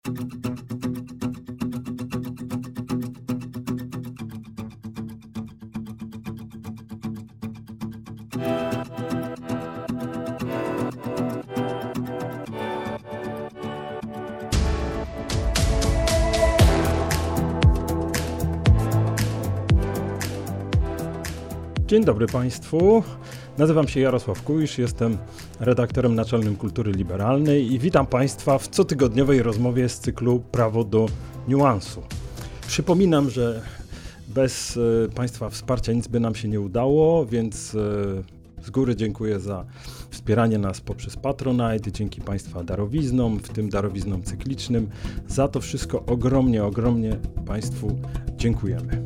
Dzień dobry Państwu, nazywam się Jarosław Kuisz, jestem redaktorem naczelnym Kultury Liberalnej i witam Państwa w cotygodniowej rozmowie z cyklu Prawo do niuansu. Przypominam, że bez Państwa wsparcia nic by nam się nie udało, więc z góry dziękuję za wspieranie nas poprzez Patronite, dzięki Państwa darowiznom, w tym darowiznom cyklicznym. Za to wszystko ogromnie Państwu dziękujemy.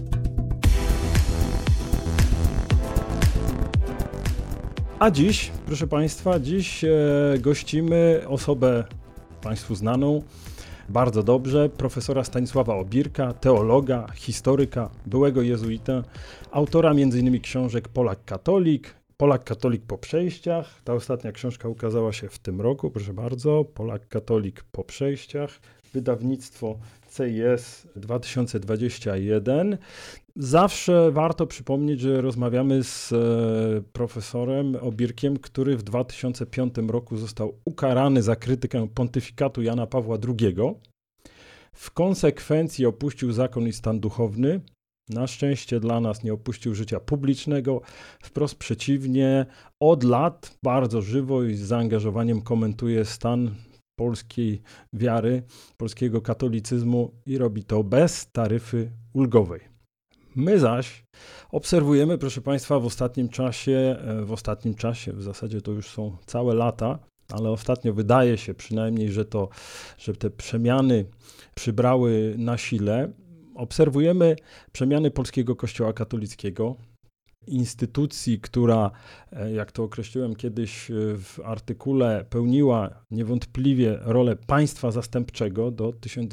A dziś, proszę Państwa, gościmy osobę Państwu znaną bardzo dobrze, profesora Stanisława Obirka, teologa, historyka, byłego jezuitę, autora m.in. książek Polak Katolik po przejściach. Ta ostatnia książka ukazała się w tym roku, proszę bardzo, Polak Katolik po przejściach, wydawnictwo CIS 2021. Zawsze warto przypomnieć, że rozmawiamy z profesorem Obirkiem, który w 2005 roku został ukarany za krytykę pontyfikatu Jana Pawła II. W konsekwencji opuścił zakon i stan duchowny. Na szczęście dla nas nie opuścił życia publicznego. Wprost przeciwnie, od lat bardzo żywo i z zaangażowaniem komentuje stan polskiej wiary, polskiego katolicyzmu i robi to bez taryfy ulgowej. My zaś obserwujemy, proszę Państwa, w ostatnim czasie, w zasadzie to już są całe lata, ale ostatnio wydaje się przynajmniej, że te przemiany przybrały na sile. Obserwujemy przemiany polskiego Kościoła katolickiego, instytucji, która, jak to określiłem kiedyś w artykule, pełniła niewątpliwie rolę państwa zastępczego do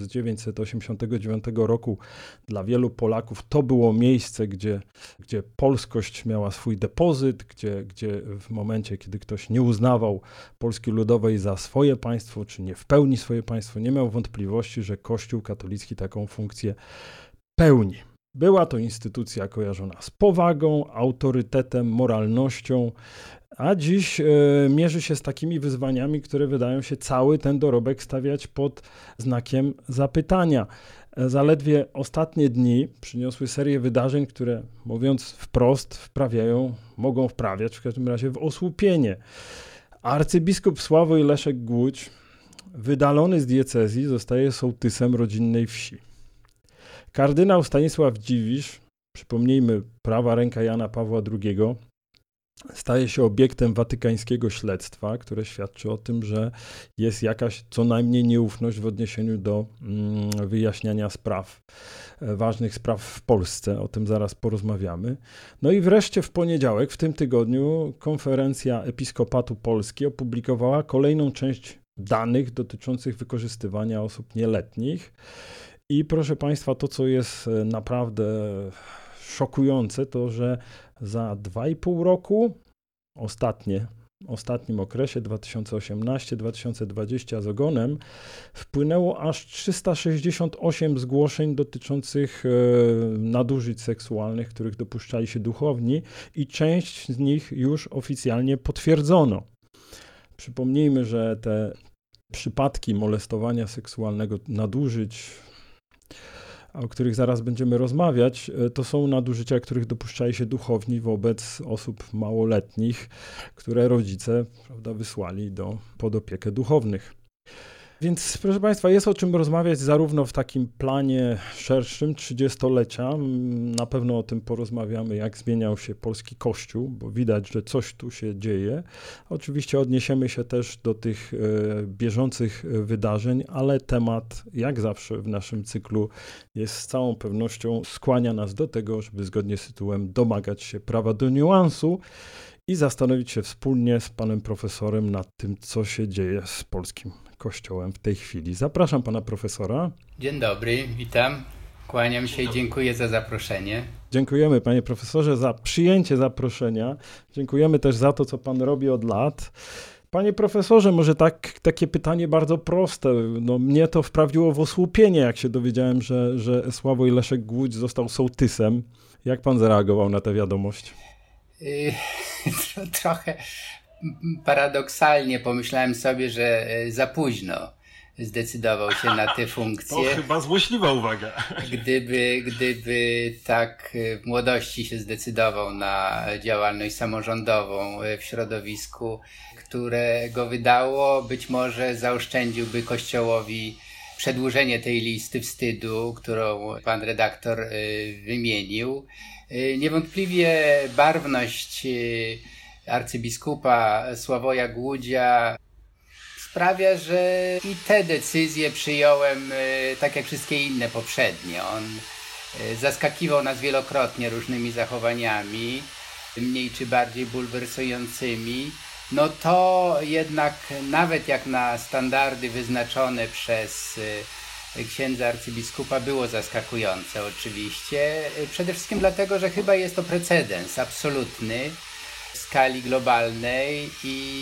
1989 roku. Dla wielu Polaków to było miejsce, gdzie polskość miała swój depozyt, gdzie w momencie, kiedy ktoś nie uznawał Polski Ludowej za swoje państwo, czy nie w pełni swoje państwo, nie miał wątpliwości, że Kościół katolicki taką funkcję pełni. Była to instytucja kojarzona z powagą, autorytetem, moralnością, a dziś mierzy się z takimi wyzwaniami, które wydają się cały ten dorobek stawiać pod znakiem zapytania. Zaledwie ostatnie dni przyniosły serię wydarzeń, które, mówiąc wprost, mogą wprawiać w każdym razie w osłupienie. Arcybiskup Sławoj Leszek Głódź, wydalony z diecezji, zostaje sołtysem rodzinnej wsi. Kardynał Stanisław Dziwisz, przypomnijmy, prawa ręka Jana Pawła II, staje się obiektem watykańskiego śledztwa, które świadczy o tym, że jest jakaś co najmniej nieufność w odniesieniu do wyjaśniania ważnych spraw w Polsce. O tym zaraz porozmawiamy. No i wreszcie w poniedziałek, w tym tygodniu, Konferencja Episkopatu Polski opublikowała kolejną część danych dotyczących wykorzystywania osób nieletnich. I proszę Państwa, to co jest naprawdę szokujące, to że za 2,5 roku, ostatnim okresie 2018-2020 z ogonem, wpłynęło aż 368 zgłoszeń dotyczących nadużyć seksualnych, których dopuszczali się duchowni i część z nich już oficjalnie potwierdzono. Przypomnijmy, że te przypadki molestowania seksualnego, nadużyć, o których zaraz będziemy rozmawiać, to są nadużycia, których dopuszczali się duchowni wobec osób małoletnich, które rodzice, wysłali pod opiekę duchownych. Więc, proszę Państwa, jest o czym rozmawiać zarówno w takim planie szerszym 30-lecia. Na pewno o tym porozmawiamy, jak zmieniał się polski Kościół, bo widać, że coś tu się dzieje. Oczywiście odniesiemy się też do tych bieżących wydarzeń, ale temat, jak zawsze w naszym cyklu, jest z całą pewnością skłania nas do tego, żeby zgodnie z tytułem domagać się prawa do niuansu i zastanowić się wspólnie z panem profesorem nad tym, co się dzieje z polskim Kościołem w tej chwili. Zapraszam pana profesora. Dzień dobry, witam. Kłaniam się i dziękuję za zaproszenie. Dziękujemy panie profesorze za przyjęcie zaproszenia. Dziękujemy też za to, co pan robi od lat. Panie profesorze, może takie pytanie bardzo proste. No, mnie to wprawiło w osłupienie, jak się dowiedziałem, że Sławoj Leszek Głódź został sołtysem. Jak pan zareagował na tę wiadomość? Trochę paradoksalnie pomyślałem sobie, że za późno zdecydował się na tę funkcję. To chyba złośliwa uwaga. Gdyby tak w młodości się zdecydował na działalność samorządową w środowisku, które go wydało, być może zaoszczędziłby Kościołowi przedłużenie tej listy wstydu, którą pan redaktor wymienił. Niewątpliwie barwność arcybiskupa Sławoja Głódzia sprawia, że i te decyzje przyjąłem tak jak wszystkie inne poprzednie. On zaskakiwał nas wielokrotnie różnymi zachowaniami, mniej czy bardziej bulwersującymi. No to jednak nawet jak na standardy wyznaczone przez księdza arcybiskupa było zaskakujące oczywiście. Przede wszystkim dlatego, że chyba jest to precedens absolutny w skali globalnej i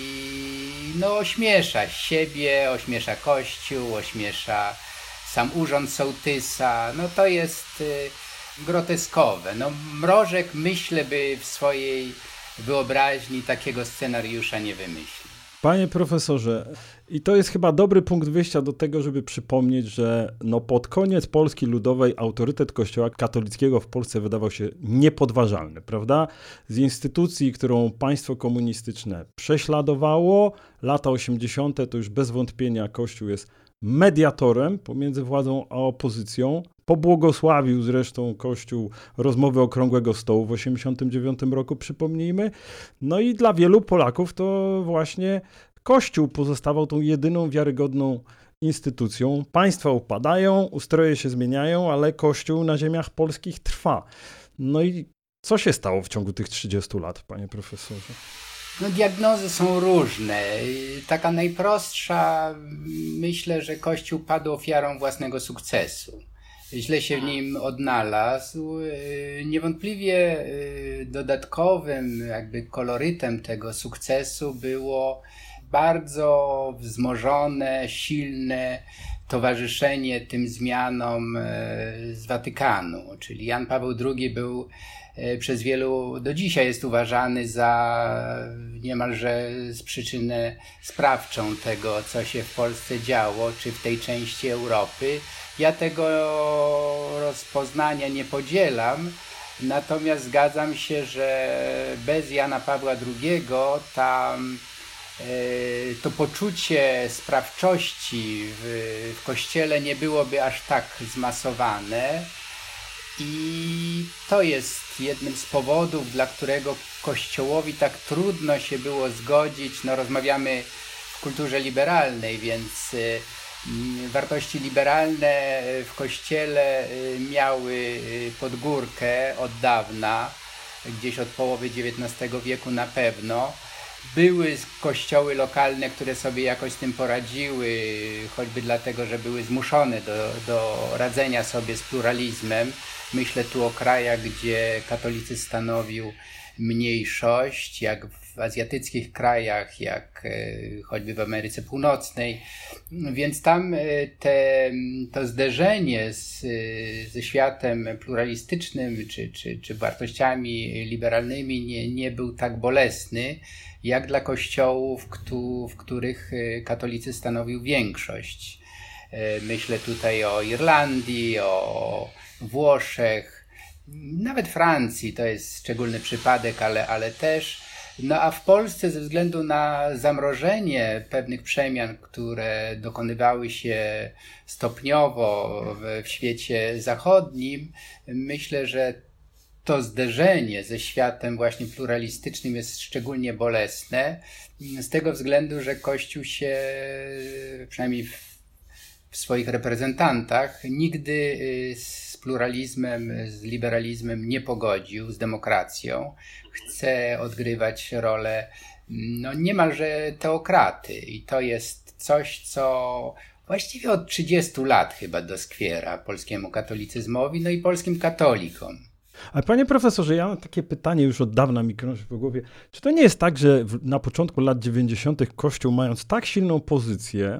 no ośmiesza siebie, ośmiesza Kościół, ośmiesza sam urząd sołtysa. No to jest groteskowe. No Mrożek, myślę, by w swojej wyobraźni takiego scenariusza nie wymyślił. Panie profesorze, i to jest chyba dobry punkt wyjścia do tego, żeby przypomnieć, że no pod koniec Polski Ludowej autorytet Kościoła katolickiego w Polsce wydawał się niepodważalny, prawda? Z instytucji, którą państwo komunistyczne prześladowało, lata 80. to już bez wątpienia Kościół jest mediatorem pomiędzy władzą a opozycją. Pobłogosławił zresztą Kościół rozmowy Okrągłego Stołu w 1989 roku, przypomnijmy. No i dla wielu Polaków to właśnie Kościół pozostawał tą jedyną wiarygodną instytucją. Państwa upadają, ustroje się zmieniają, ale Kościół na ziemiach polskich trwa. No i co się stało w ciągu tych 30 lat, panie profesorze? No, diagnozy są różne. Taka najprostsza, myślę, że Kościół padł ofiarą własnego sukcesu. Źle się w nim odnalazł. Niewątpliwie dodatkowym jakby kolorytem tego sukcesu było bardzo wzmożone, silne towarzyszenie tym zmianom z Watykanu. Czyli Jan Paweł II był przez wielu, do dzisiaj jest uważany za niemalże z przyczynę sprawczą tego, co się w Polsce działo, czy w tej części Europy. Ja tego rozpoznania nie podzielam, natomiast zgadzam się, że bez Jana Pawła II to poczucie sprawczości w Kościele nie byłoby aż tak zmasowane i to jest jednym z powodów, dla którego Kościołowi tak trudno się było zgodzić. No, rozmawiamy w kulturze liberalnej, więc wartości liberalne w Kościele miały podgórkę od dawna, gdzieś od połowy XIX wieku na pewno. Były kościoły lokalne, które sobie jakoś z tym poradziły, choćby dlatego, że były zmuszone do radzenia sobie z pluralizmem. Myślę tu o krajach, gdzie katolicyzm stanowił mniejszość, jak w azjatyckich krajach, jak choćby w Ameryce Północnej. Więc tam to zderzenie ze światem pluralistycznym czy wartościami liberalnymi nie był tak bolesny, jak dla kościołów, w których katolicyzm stanowił większość. Myślę tutaj o Irlandii, o Włoszech, nawet Francji, to jest szczególny przypadek, ale też. No a w Polsce ze względu na zamrożenie pewnych przemian, które dokonywały się stopniowo w świecie zachodnim, myślę, że to zderzenie ze światem właśnie pluralistycznym jest szczególnie bolesne, z tego względu, że Kościół się, przynajmniej w swoich reprezentantach, nigdy z pluralizmem, z liberalizmem nie pogodził, z demokracją. Chce odgrywać rolę niemalże teokraty i to jest coś, co właściwie od 30 lat chyba doskwiera polskiemu katolicyzmowi, no i polskim katolikom. Ale panie profesorze, ja mam takie pytanie, już od dawna mi krąży po głowie. Czy to nie jest tak, że na początku lat 90. Kościół, mając tak silną pozycję,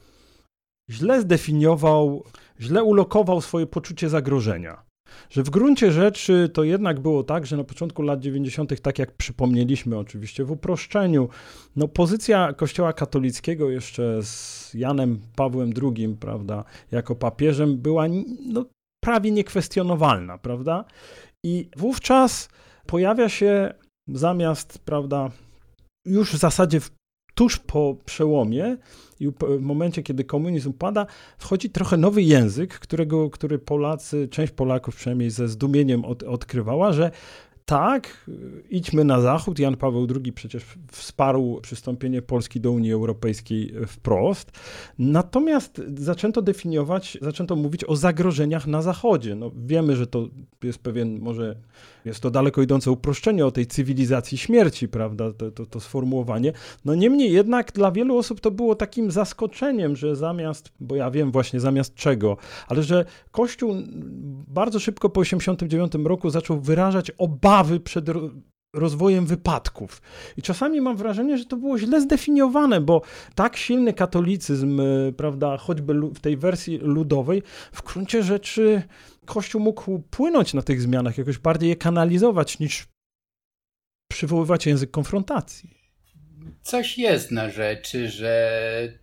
źle zdefiniował, źle ulokował swoje poczucie zagrożenia? Że w gruncie rzeczy to jednak było tak, że na początku lat 90., tak jak przypomnieliśmy oczywiście w uproszczeniu, no pozycja Kościoła katolickiego jeszcze z Janem Pawłem II, prawda, jako papieżem była no, prawie niekwestionowalna, prawda? I wówczas pojawia się zamiast, prawda, już w zasadzie tuż po przełomie i w momencie, kiedy komunizm upada, wchodzi trochę nowy język, który Polacy, część Polaków przynajmniej ze zdumieniem odkrywała, że tak, idźmy na zachód. Jan Paweł II przecież wsparł przystąpienie Polski do Unii Europejskiej wprost. Natomiast zaczęto mówić o zagrożeniach na zachodzie. No, wiemy, że to jest może jest to daleko idące uproszczenie o tej cywilizacji śmierci, prawda, to sformułowanie. No niemniej jednak dla wielu osób to było takim zaskoczeniem, że bo ja wiem właśnie zamiast czego, ale że Kościół bardzo szybko po 1989 roku zaczął wyrażać obawy przed rozwojem wypadków. I czasami mam wrażenie, że to było źle zdefiniowane, bo tak silny katolicyzm, prawda, choćby w tej wersji ludowej, w gruncie rzeczy Kościół mógł płynąć na tych zmianach, jakoś bardziej je kanalizować, niż przywoływać język konfrontacji. Coś jest na rzeczy, że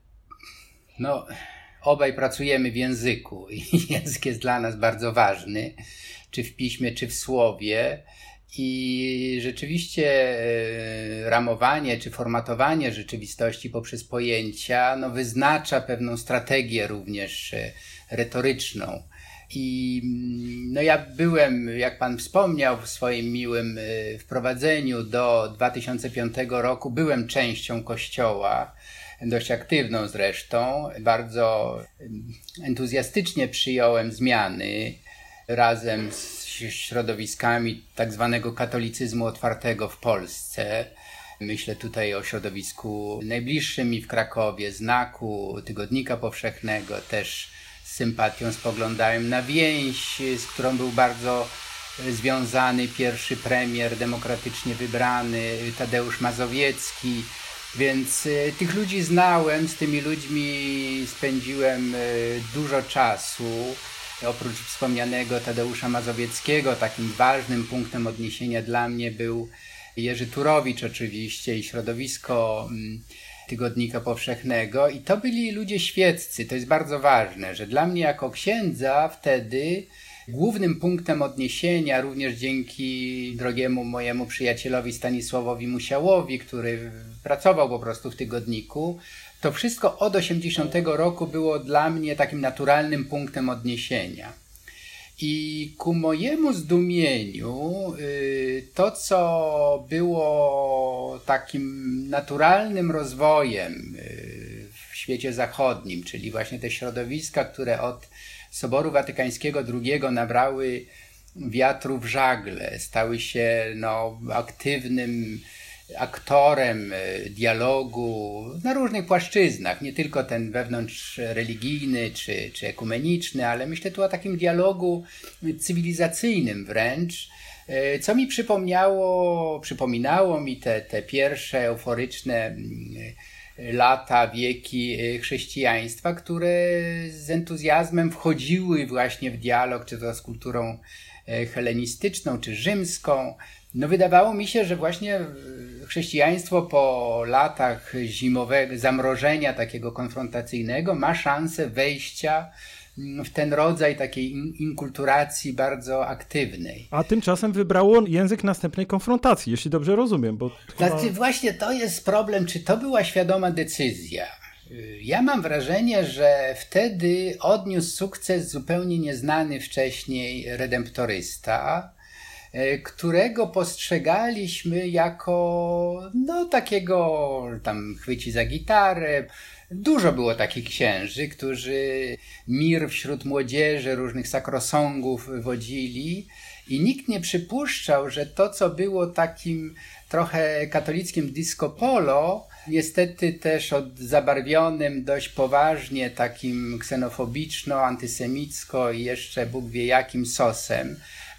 no, obaj pracujemy w języku i język jest dla nas bardzo ważny, czy w piśmie, czy w słowie. I rzeczywiście ramowanie czy formatowanie rzeczywistości poprzez pojęcia no, wyznacza pewną strategię również retoryczną. I no, ja byłem, jak pan wspomniał w swoim miłym wprowadzeniu, do 2005 roku byłem częścią Kościoła, dość aktywną zresztą. Bardzo entuzjastycznie przyjąłem zmiany razem z środowiskami tak zwanego katolicyzmu otwartego w Polsce. Myślę tutaj o środowisku najbliższym mi w Krakowie, Znaku, Tygodnika Powszechnego. Też z sympatią spoglądałem na więź, z którą był bardzo związany pierwszy premier demokratycznie wybrany Tadeusz Mazowiecki. Więc tych ludzi znałem, z tymi ludźmi spędziłem dużo czasu. Oprócz wspomnianego Tadeusza Mazowieckiego, takim ważnym punktem odniesienia dla mnie był Jerzy Turowicz oczywiście i środowisko Tygodnika Powszechnego. I to byli ludzie świeccy. To jest bardzo ważne, że dla mnie jako księdza wtedy głównym punktem odniesienia, również dzięki drogiemu mojemu przyjacielowi Stanisławowi Musiałowi, który pracował po prostu w Tygodniku, to wszystko od 80 roku było dla mnie takim naturalnym punktem odniesienia. I ku mojemu zdumieniu to, co było takim naturalnym rozwojem w świecie zachodnim, czyli właśnie te środowiska, które od Soboru Watykańskiego II nabrały wiatru w żagle, stały się aktywnym aktorem dialogu na różnych płaszczyznach, nie tylko ten wewnątrzreligijny czy ekumeniczny, ale myślę tu o takim dialogu cywilizacyjnym wręcz, co mi przypominało mi te pierwsze euforyczne lata, wieki chrześcijaństwa, które z entuzjazmem wchodziły właśnie w dialog, czy to z kulturą helenistyczną, czy rzymską. No wydawało mi się, że właśnie chrześcijaństwo po latach zimowego zamrożenia takiego konfrontacyjnego ma szansę wejścia w ten rodzaj takiej inkulturacji bardzo aktywnej. A tymczasem wybrało język następnej konfrontacji, jeśli dobrze rozumiem. Bo Właśnie to jest problem, czy to była świadoma decyzja. Ja mam wrażenie, że wtedy odniósł sukces zupełnie nieznany wcześniej redemptorysta, którego postrzegaliśmy jako takiego tam chwyci za gitarę. Dużo było takich księży, którzy mir wśród młodzieży, różnych sakrosongów wodzili i nikt nie przypuszczał, że to, co było takim trochę katolickim disco polo, niestety też zabarwionym dość poważnie takim ksenofobiczno, antysemicko i jeszcze Bóg wie jakim sosem,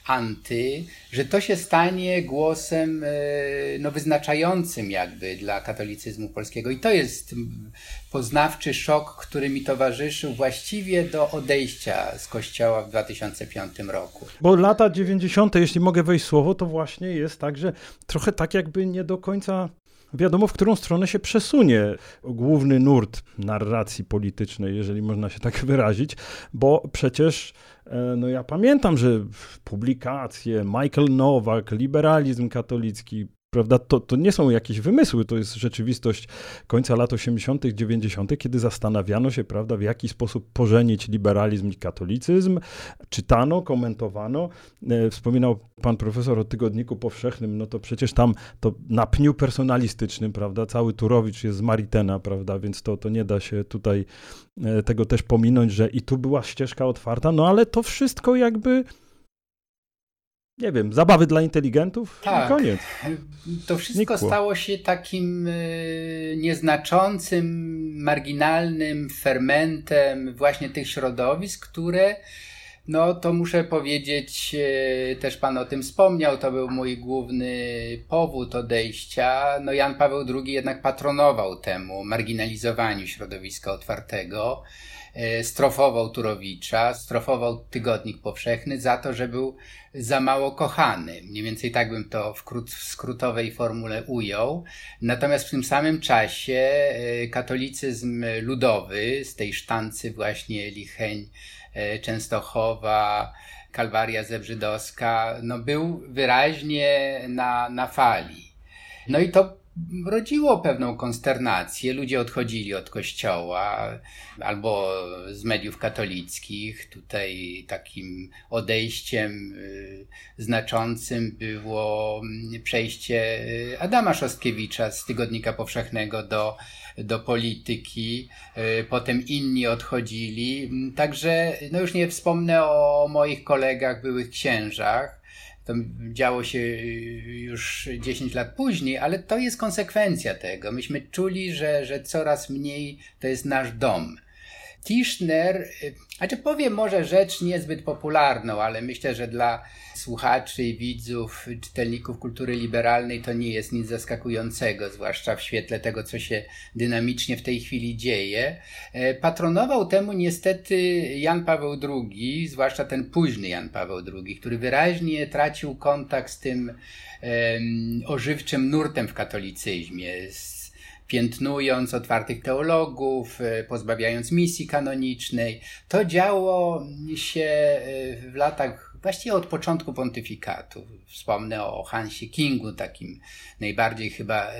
że to się stanie głosem wyznaczającym jakby dla katolicyzmu polskiego. I to jest poznawczy szok, który mi towarzyszył właściwie do odejścia z kościoła w 2005 roku. Bo lata 90., jeśli mogę wejść w słowo, to właśnie jest tak, że trochę tak jakby nie do końca wiadomo, w którą stronę się przesunie główny nurt narracji politycznej, jeżeli można się tak wyrazić, bo przecież ja pamiętam, że publikacje, Michael Nowak, liberalizm katolicki, prawda, to nie są jakieś wymysły, to jest rzeczywistość końca lat 80., 90., kiedy zastanawiano się, prawda, w jaki sposób pożenić liberalizm i katolicyzm. Czytano, komentowano. Wspominał pan profesor o Tygodniku Powszechnym, no to przecież tam to na pniu personalistycznym, prawda, cały Turowicz jest z Maritena, prawda, więc to nie da się tutaj tego też pominąć, że i tu była ścieżka otwarta, no ale to wszystko jakby... Nie wiem, zabawy dla inteligentów tak, i koniec. To wszystko stało się takim nieznaczącym, marginalnym fermentem właśnie tych środowisk, które, to muszę powiedzieć, też pan o tym wspomniał, to był mój główny powód odejścia. Jan Paweł II jednak patronował temu marginalizowaniu środowiska otwartego. Strofował Turowicza, strofował Tygodnik Powszechny za to, że był za mało kochany. Mniej więcej tak bym to w skrótowej formule ujął. Natomiast w tym samym czasie katolicyzm ludowy z tej sztancy właśnie Licheń, Częstochowa, Kalwaria Zebrzydowska, był wyraźnie na fali. I to rodziło pewną konsternację. Ludzie odchodzili od kościoła albo z mediów katolickich. Tutaj takim odejściem znaczącym było przejście Adama Szostkiewicza z Tygodnika Powszechnego do polityki. Potem inni odchodzili. Także już nie wspomnę o moich kolegach, byłych księżach. To działo się już 10 lat później, ale to jest konsekwencja tego. Myśmy czuli, że coraz mniej to jest nasz dom. Tischner, powiem może rzecz niezbyt popularną, ale myślę, że dla słuchaczy, widzów, czytelników kultury liberalnej to nie jest nic zaskakującego, zwłaszcza w świetle tego, co się dynamicznie w tej chwili dzieje. Patronował temu niestety Jan Paweł II, zwłaszcza ten późny Jan Paweł II, który wyraźnie tracił kontakt z tym ożywczym nurtem w katolicyzmie, piętnując otwartych teologów, pozbawiając misji kanonicznej. To działo się w latach, właściwie od początku pontyfikatu. Wspomnę o Hansie Kingu, takim najbardziej chyba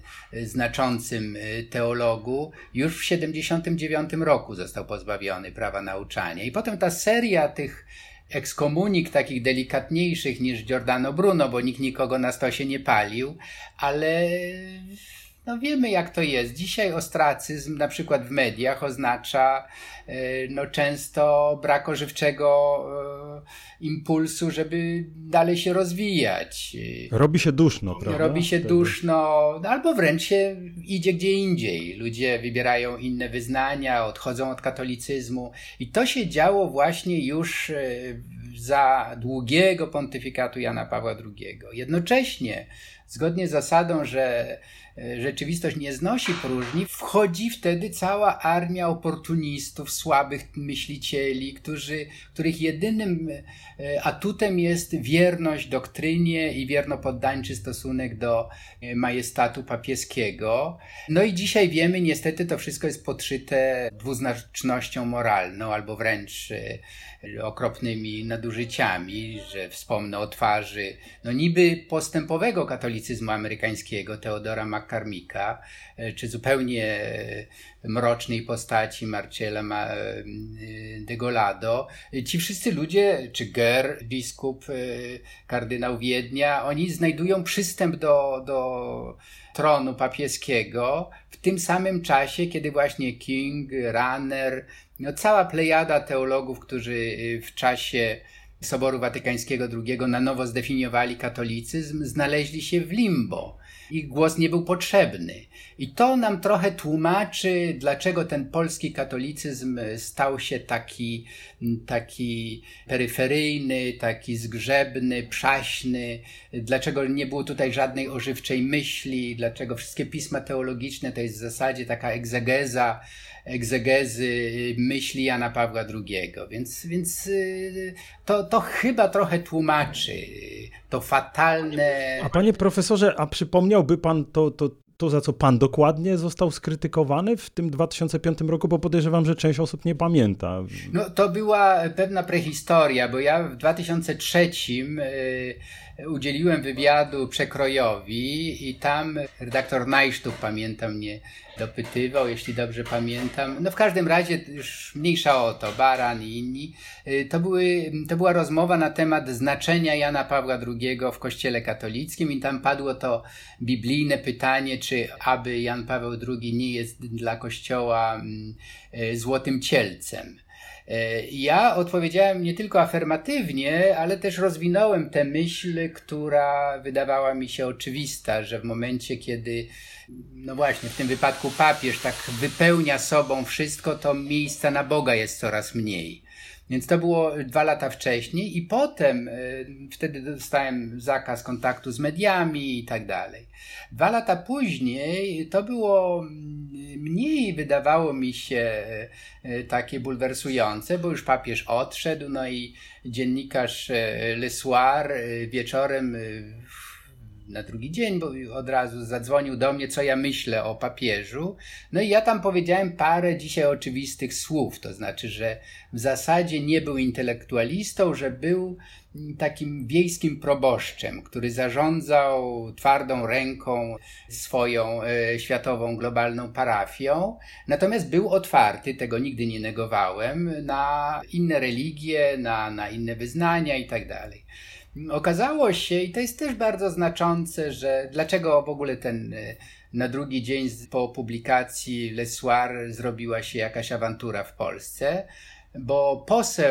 znaczącym teologu. Już w 1979 roku został pozbawiony prawa nauczania. I potem ta seria tych ekskomunik takich delikatniejszych niż Giordano Bruno, bo nikt nikogo na stosie nie palił, ale wiemy jak to jest. Dzisiaj ostracyzm na przykład w mediach oznacza często brak ożywczego impulsu, żeby dalej się rozwijać. Robi się duszno, prawda? Robi się duszno, albo wręcz się idzie gdzie indziej. Ludzie wybierają inne wyznania, odchodzą od katolicyzmu i to się działo właśnie już za długiego pontyfikatu Jana Pawła II. Jednocześnie, zgodnie z zasadą, że rzeczywistość nie znosi próżni, wchodzi wtedy cała armia oportunistów, słabych myślicieli, których jedynym atutem jest wierność doktrynie i wiernopoddańczy stosunek do majestatu papieskiego. I dzisiaj wiemy, niestety to wszystko jest podszyte dwuznacznością moralną albo wręcz okropnymi nadużyciami, że wspomnę o twarzy niby postępowego katolicyzmu amerykańskiego Theodora McCormicka, czy zupełnie mrocznej postaci Marcella de Golado. Ci wszyscy ludzie, czy Ger, biskup, kardynał Wiednia, oni znajdują przystęp do tronu papieskiego w tym samym czasie, kiedy właśnie King, Runner, cała plejada teologów, którzy w czasie Soboru Watykańskiego II na nowo zdefiniowali katolicyzm, znaleźli się w limbo. Ich głos nie był potrzebny. I to nam trochę tłumaczy, dlaczego ten polski katolicyzm stał się taki peryferyjny, taki zgrzebny, przaśny, dlaczego nie było tutaj żadnej ożywczej myśli, dlaczego wszystkie pisma teologiczne to jest w zasadzie taka egzegezy myśli Jana Pawła II. Więc to chyba trochę tłumaczy to fatalne... A panie profesorze, a przypomniałby pan to, za co pan dokładnie został skrytykowany w tym 2005 roku, bo podejrzewam, że część osób nie pamięta. No to była pewna prehistoria, bo ja w 2003 udzieliłem wywiadu Przekrojowi i tam redaktor Najsztuk, pamiętam, mnie dopytywał, jeśli dobrze pamiętam. No w każdym razie już mniejsza o to, Baran i inni. To była rozmowa na temat znaczenia Jana Pawła II w Kościele katolickim i tam padło to biblijne pytanie, czy aby Jan Paweł II nie jest dla Kościoła złotym cielcem. Ja odpowiedziałem nie tylko afirmatywnie, ale też rozwinąłem tę myśl, która wydawała mi się oczywista, że w momencie, kiedy, no właśnie, w tym wypadku papież tak wypełnia sobą wszystko, to miejsca na Boga jest coraz mniej. Więc to było 2 lata wcześniej i potem, wtedy dostałem zakaz kontaktu z mediami i tak dalej. 2 lata później to było mniej, wydawało mi się, takie bulwersujące, bo już papież odszedł, no i dziennikarz Le Soir wieczorem na drugi dzień, bo od razu zadzwonił do mnie, co ja myślę o papieżu. No i ja tam powiedziałem parę dzisiaj oczywistych słów, to znaczy, że w zasadzie nie był intelektualistą, że był takim wiejskim proboszczem, który zarządzał twardą ręką swoją światową, globalną parafią, natomiast był otwarty, tego nigdy nie negowałem, na inne religie, na inne wyznania i tak dalej. Okazało się, i to jest też bardzo znaczące, że dlaczego w ogóle na drugi dzień po publikacji Le Soir zrobiła się jakaś awantura w Polsce, bo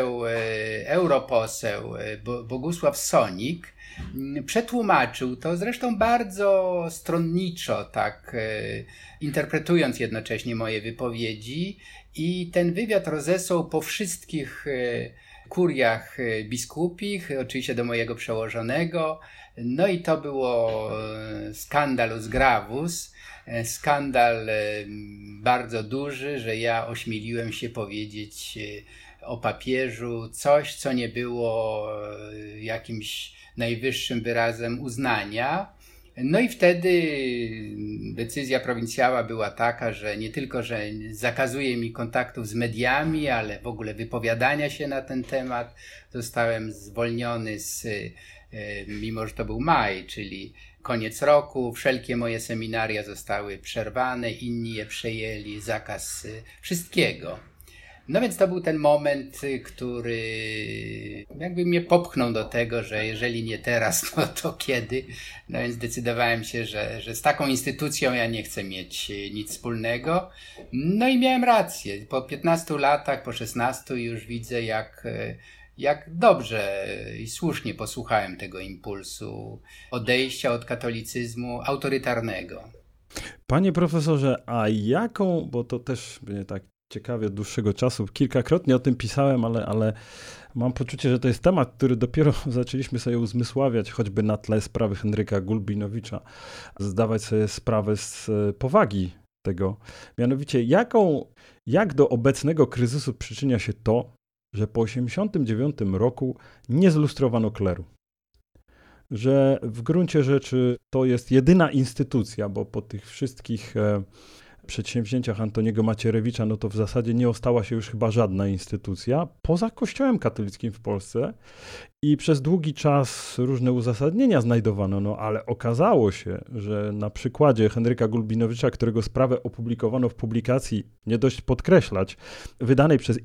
europoseł Bogusław Sonik przetłumaczył to, zresztą bardzo stronniczo, tak interpretując jednocześnie moje wypowiedzi, i ten wywiad rozesłał po wszystkich kuriach biskupich, oczywiście do mojego przełożonego. No i to było skandalus gravus, skandal bardzo duży, że ja ośmieliłem się powiedzieć o papieżu coś, co nie było jakimś najwyższym wyrazem uznania. No i wtedy decyzja prowincjała była taka, że nie tylko, że zakazuje mi kontaktów z mediami, ale w ogóle wypowiadania się na ten temat. Zostałem zwolniony mimo że to był maj, czyli koniec roku, wszelkie moje seminaria zostały przerwane, inni je przejęli, zakaz wszystkiego. No więc to był ten moment, który jakby mnie popchnął do tego, że jeżeli nie teraz, no to kiedy? No więc zdecydowałem się, że z taką instytucją ja nie chcę mieć nic wspólnego. No i miałem rację. Po 15 latach, po 16 już widzę, jak dobrze i słusznie posłuchałem tego impulsu odejścia od katolicyzmu autorytarnego. Panie profesorze, a jaką, bo to też mnie tak ciekawie od dłuższego czasu, kilkakrotnie o tym pisałem, ale mam poczucie, że to jest temat, który dopiero zaczęliśmy sobie uzmysławiać, choćby na tle sprawy Henryka Gulbinowicza, zdawać sobie sprawę z powagi tego. Mianowicie, jak do obecnego kryzysu przyczynia się to, że po 1989 roku nie zlustrowano kleru? Że w gruncie rzeczy to jest jedyna instytucja, bo po tych wszystkich przedsięwzięciach Antoniego Macierewicza, no to w zasadzie nie ostała się już chyba żadna instytucja poza Kościołem katolickim w Polsce i przez długi czas różne uzasadnienia znajdowano, no ale okazało się, że na przykładzie Henryka Gulbinowicza, którego sprawę opublikowano w publikacji, nie dość podkreślać, wydanej przez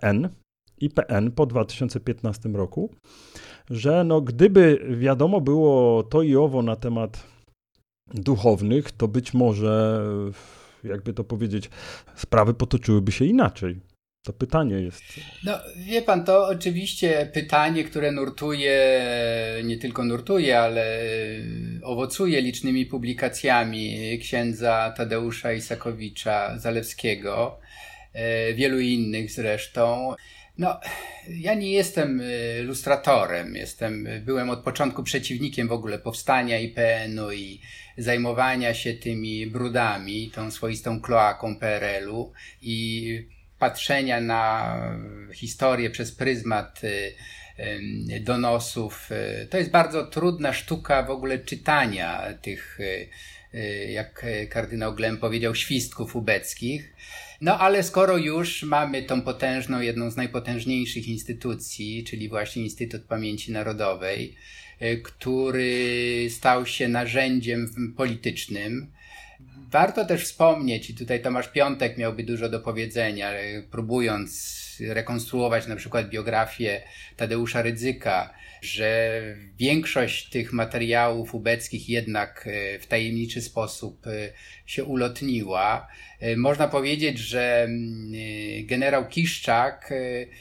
IPN po 2015 roku, że no gdyby wiadomo było to i owo na temat duchownych, to być może, jakby to powiedzieć, sprawy potoczyłyby się inaczej. To pytanie jest. No, wie pan, to oczywiście pytanie, które nurtuje, nie tylko nurtuje, ale owocuje licznymi publikacjami księdza Tadeusza Isakowicza-Zalewskiego, wielu innych zresztą. No, ja nie jestem lustratorem, byłem od początku przeciwnikiem w ogóle powstania IPN-u i zajmowania się tymi brudami, tą swoistą kloaką PRL-u i patrzenia na historię przez pryzmat donosów. To jest bardzo trudna sztuka w ogóle czytania tych, jak kardynał Gleim powiedział, świstków ubeckich. No ale skoro już mamy tą potężną, jedną z najpotężniejszych instytucji, czyli właśnie Instytut Pamięci Narodowej, który stał się narzędziem politycznym, warto też wspomnieć, i tutaj Tomasz Piątek miałby dużo do powiedzenia, próbując rekonstruować na przykład biografię Tadeusza Rydzyka, że większość tych materiałów ubeckich jednak w tajemniczy sposób się ulotniła. Można powiedzieć, że generał Kiszczak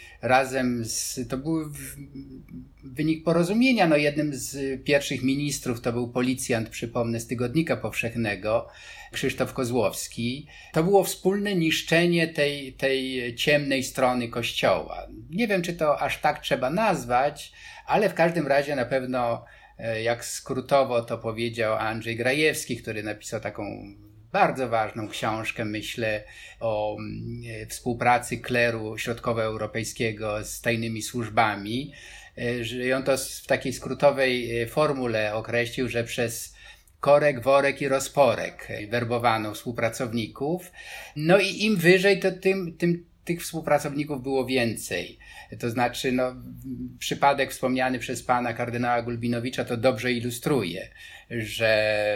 to był wynik porozumienia, no jednym z pierwszych ministrów to był policjant, przypomnę, z Tygodnika Powszechnego, Krzysztof Kozłowski. To było wspólne niszczenie tej ciemnej strony Kościoła. Nie wiem, czy to aż tak trzeba nazwać, ale w każdym razie na pewno, jak skrótowo to powiedział Andrzej Grajewski, który napisał taką bardzo ważną książkę, myślę, o współpracy kleru środkowoeuropejskiego z tajnymi służbami, że on to w takiej skrótowej formule określił, że przez korek, worek i rozporek werbowano współpracowników. No i im wyżej, to tym tych współpracowników było więcej. To znaczy, no, przypadek wspomniany przez pana kardynała Gulbinowicza to dobrze ilustruje, że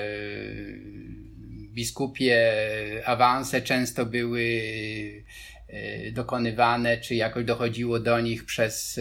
biskupie awanse często były dokonywane, czy jakoś dochodziło do nich przez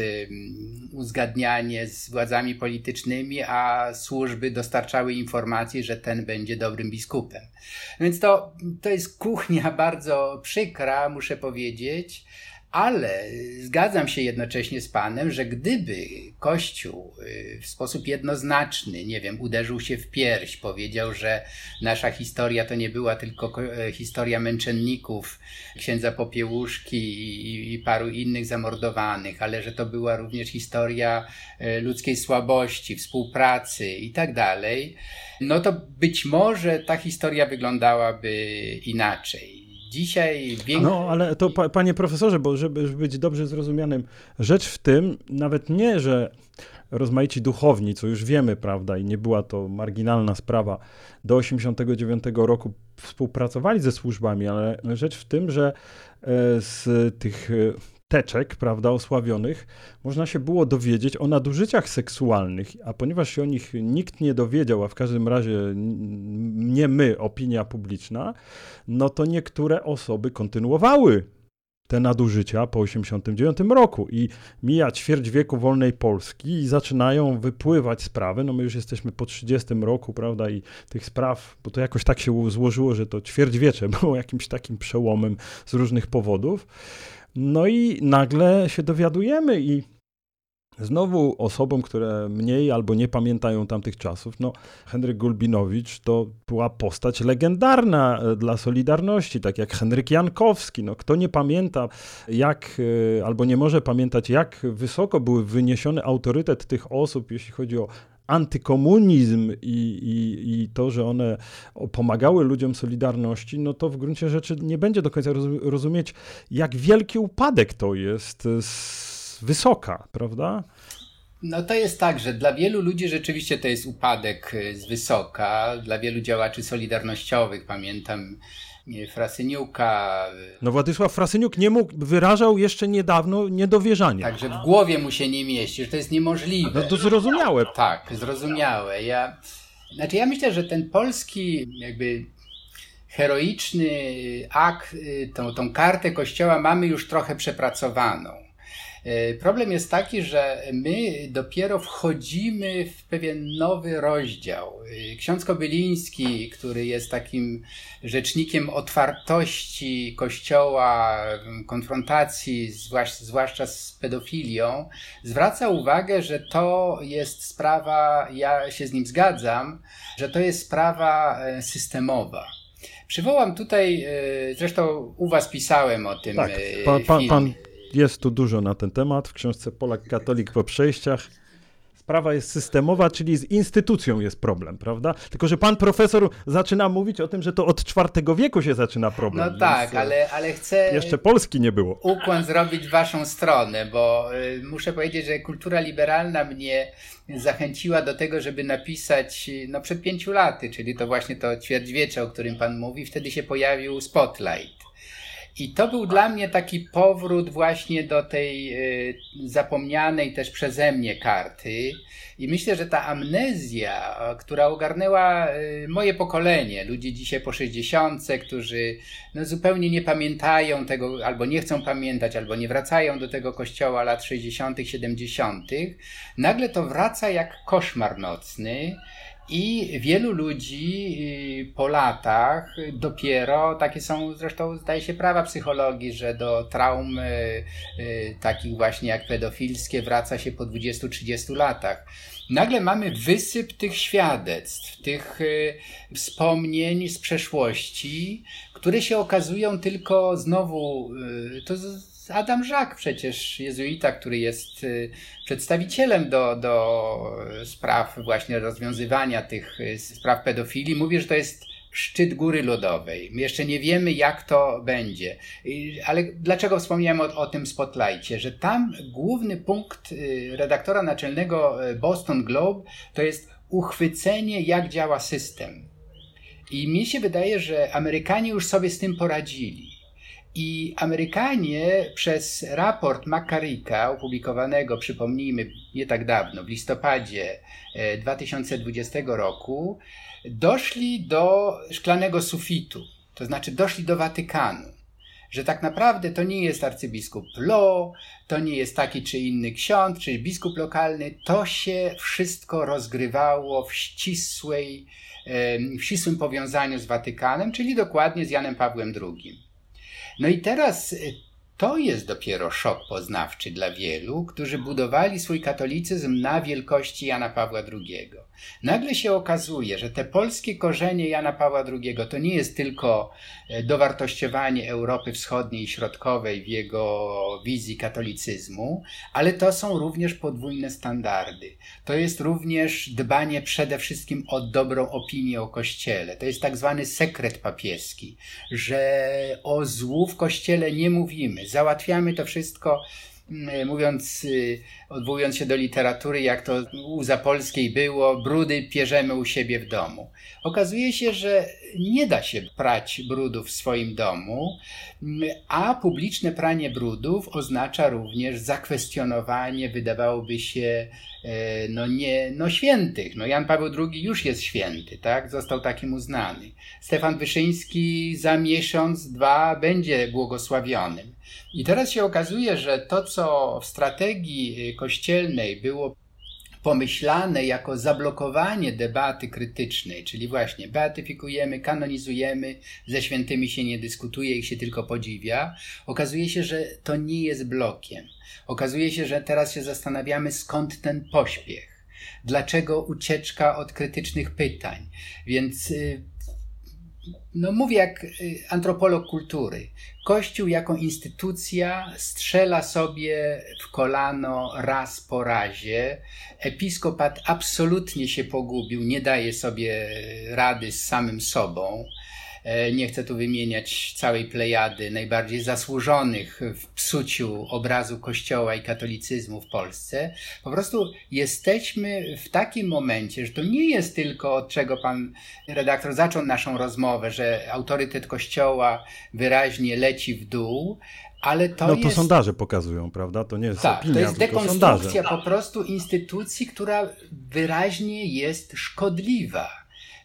uzgadnianie z władzami politycznymi, a służby dostarczały informacji, że ten będzie dobrym biskupem. Więc to jest kuchnia bardzo przykra, muszę powiedzieć, ale zgadzam się jednocześnie z panem, że gdyby Kościół w sposób jednoznaczny, nie wiem, uderzył się w pierś, powiedział, że nasza historia to nie była tylko historia męczenników, księdza Popiełuszki i paru innych zamordowanych, ale że to była również historia ludzkiej słabości, współpracy i tak dalej, no to być może ta historia wyglądałaby inaczej. Dzisiaj No, ale to panie profesorze, bo żeby być dobrze zrozumianym, rzecz w tym, nawet nie, że rozmaici duchowni, co już wiemy, prawda, i nie była to marginalna sprawa, do 1989 roku współpracowali ze służbami, ale rzecz w tym, że z tych teczek, prawda, osławionych, można się było dowiedzieć o nadużyciach seksualnych, a ponieważ się o nich nikt nie dowiedział, a w każdym razie nie my, opinia publiczna, no to niektóre osoby kontynuowały te nadużycia po 1989 roku i mija ćwierć wieku wolnej Polski i zaczynają wypływać sprawy, no my już jesteśmy po 30 roku, prawda, i tych spraw, bo to jakoś tak się złożyło, że to ćwierćwiecze było jakimś takim przełomem z różnych powodów. No i nagle się dowiadujemy i znowu osobom, które mniej albo nie pamiętają tamtych czasów, no Henryk Gulbinowicz to była postać legendarna dla Solidarności, tak jak Henryk Jankowski. No kto nie pamięta albo nie może pamiętać, jak wysoko był wyniesiony autorytet tych osób, jeśli chodzi o antykomunizm i to, że one pomagały ludziom Solidarności, no to w gruncie rzeczy nie będzie do końca rozumieć, jak wielki upadek to jest z wysoka, prawda? No to jest tak, że dla wielu ludzi rzeczywiście to jest upadek z wysoka, dla wielu działaczy solidarnościowych, pamiętam Frasyniuka. No Władysław Frasyniuk wyrażał jeszcze niedawno niedowierzanie. Także w głowie mu się nie mieści, że to jest niemożliwe. No to zrozumiałe. Tak, zrozumiałe. Ja myślę, że ten polski jakby heroiczny akt, tą kartę Kościoła mamy już trochę przepracowaną. Problem jest taki, że my dopiero wchodzimy w pewien nowy rozdział. Ksiądz Kobyliński, który jest takim rzecznikiem otwartości Kościoła, konfrontacji, zwłaszcza z pedofilią, zwraca uwagę, że to jest sprawa, ja się z nim zgadzam, że to jest sprawa systemowa. Przywołam tutaj, zresztą u was pisałem o tym filmie. Pan jest tu dużo na ten temat w książce Polak Katolik po przejściach. Sprawa jest systemowa, czyli z instytucją jest problem, prawda? Tylko że pan profesor zaczyna mówić o tym, że to od IV wieku się zaczyna problem. No tak, ale chcę jeszcze Polski nie było. Ukłon zrobić w waszą stronę, bo muszę powiedzieć, że kultura liberalna mnie zachęciła do tego, żeby napisać przed 5 laty, czyli to właśnie to ćwierćwiecze, o którym pan mówi, wtedy się pojawił Spotlight. I to był dla mnie taki powrót właśnie do tej zapomnianej też przeze mnie karty. I myślę, że ta amnezja, która ogarnęła moje pokolenie, ludzi dzisiaj po 60, którzy zupełnie nie pamiętają tego, albo nie chcą pamiętać, albo nie wracają do tego kościoła lat 60., 70., nagle to wraca jak koszmar nocny. I wielu ludzi po latach dopiero, takie są zresztą zdaje się prawa psychologii, że do traum takich właśnie jak pedofilskie wraca się po 20-30 latach. Nagle mamy wysyp tych świadectw, tych wspomnień z przeszłości, które się okazują tylko znowu, Adam Żak przecież, jezuita, który jest przedstawicielem do spraw właśnie rozwiązywania tych spraw pedofilii, mówi, że to jest szczyt góry lodowej. My jeszcze nie wiemy, jak to będzie. Ale dlaczego wspomniałem o tym Spotlightie? Że tam główny punkt redaktora naczelnego Boston Globe to jest uchwycenie, jak działa system. I mi się wydaje, że Amerykanie już sobie z tym poradzili. I Amerykanie przez raport McCarricka, opublikowanego, przypomnijmy, nie tak dawno, w listopadzie 2020 roku, doszli do szklanego sufitu, to znaczy doszli do Watykanu, że tak naprawdę to nie jest arcybiskup Law, to nie jest taki czy inny ksiądz, czy biskup lokalny, to się wszystko rozgrywało w ścisłym powiązaniu z Watykanem, czyli dokładnie z Janem Pawłem II. No i teraz to jest dopiero szok poznawczy dla wielu, którzy budowali swój katolicyzm na wielkości Jana Pawła II. Nagle się okazuje, że te polskie korzenie Jana Pawła II to nie jest tylko dowartościowanie Europy Wschodniej i Środkowej w jego wizji katolicyzmu, ale to są również podwójne standardy. To jest również dbanie przede wszystkim o dobrą opinię o Kościele. To jest tak zwany sekret papieski, że o złu w Kościele nie mówimy. Załatwiamy to wszystko, odwołując się do literatury, jak to u Zapolskiej było, brudy pierzemy u siebie w domu. Okazuje się, że nie da się prać brudów w swoim domu, a publiczne pranie brudów oznacza również zakwestionowanie, wydawałoby się, świętych. Jan Paweł II już jest święty, tak? Został takim uznany. Stefan Wyszyński za miesiąc, 2 będzie błogosławionym. I teraz się okazuje, że to, co w strategii kościelnej było pomyślane jako zablokowanie debaty krytycznej, czyli właśnie beatyfikujemy, kanonizujemy, ze świętymi się nie dyskutuje, ich się tylko podziwia, okazuje się, że to nie jest blokiem. Okazuje się, że teraz się zastanawiamy, skąd ten pośpiech, dlaczego ucieczka od krytycznych pytań. Więc mówię jak antropolog kultury. Kościół jako instytucja strzela sobie w kolano raz po razie. Episkopat absolutnie się pogubił, nie daje sobie rady z samym sobą. Nie chcę tu wymieniać całej plejady najbardziej zasłużonych w psuciu obrazu Kościoła i katolicyzmu w Polsce. Po prostu jesteśmy w takim momencie, że to nie jest tylko, od czego pan redaktor zaczął naszą rozmowę, że autorytet Kościoła wyraźnie leci w dół, ale to jest... to sondaże pokazują, prawda? To nie jest opinia, to jest tylko dekonstrukcja sondaże. po prostu instytucji, która wyraźnie jest szkodliwa.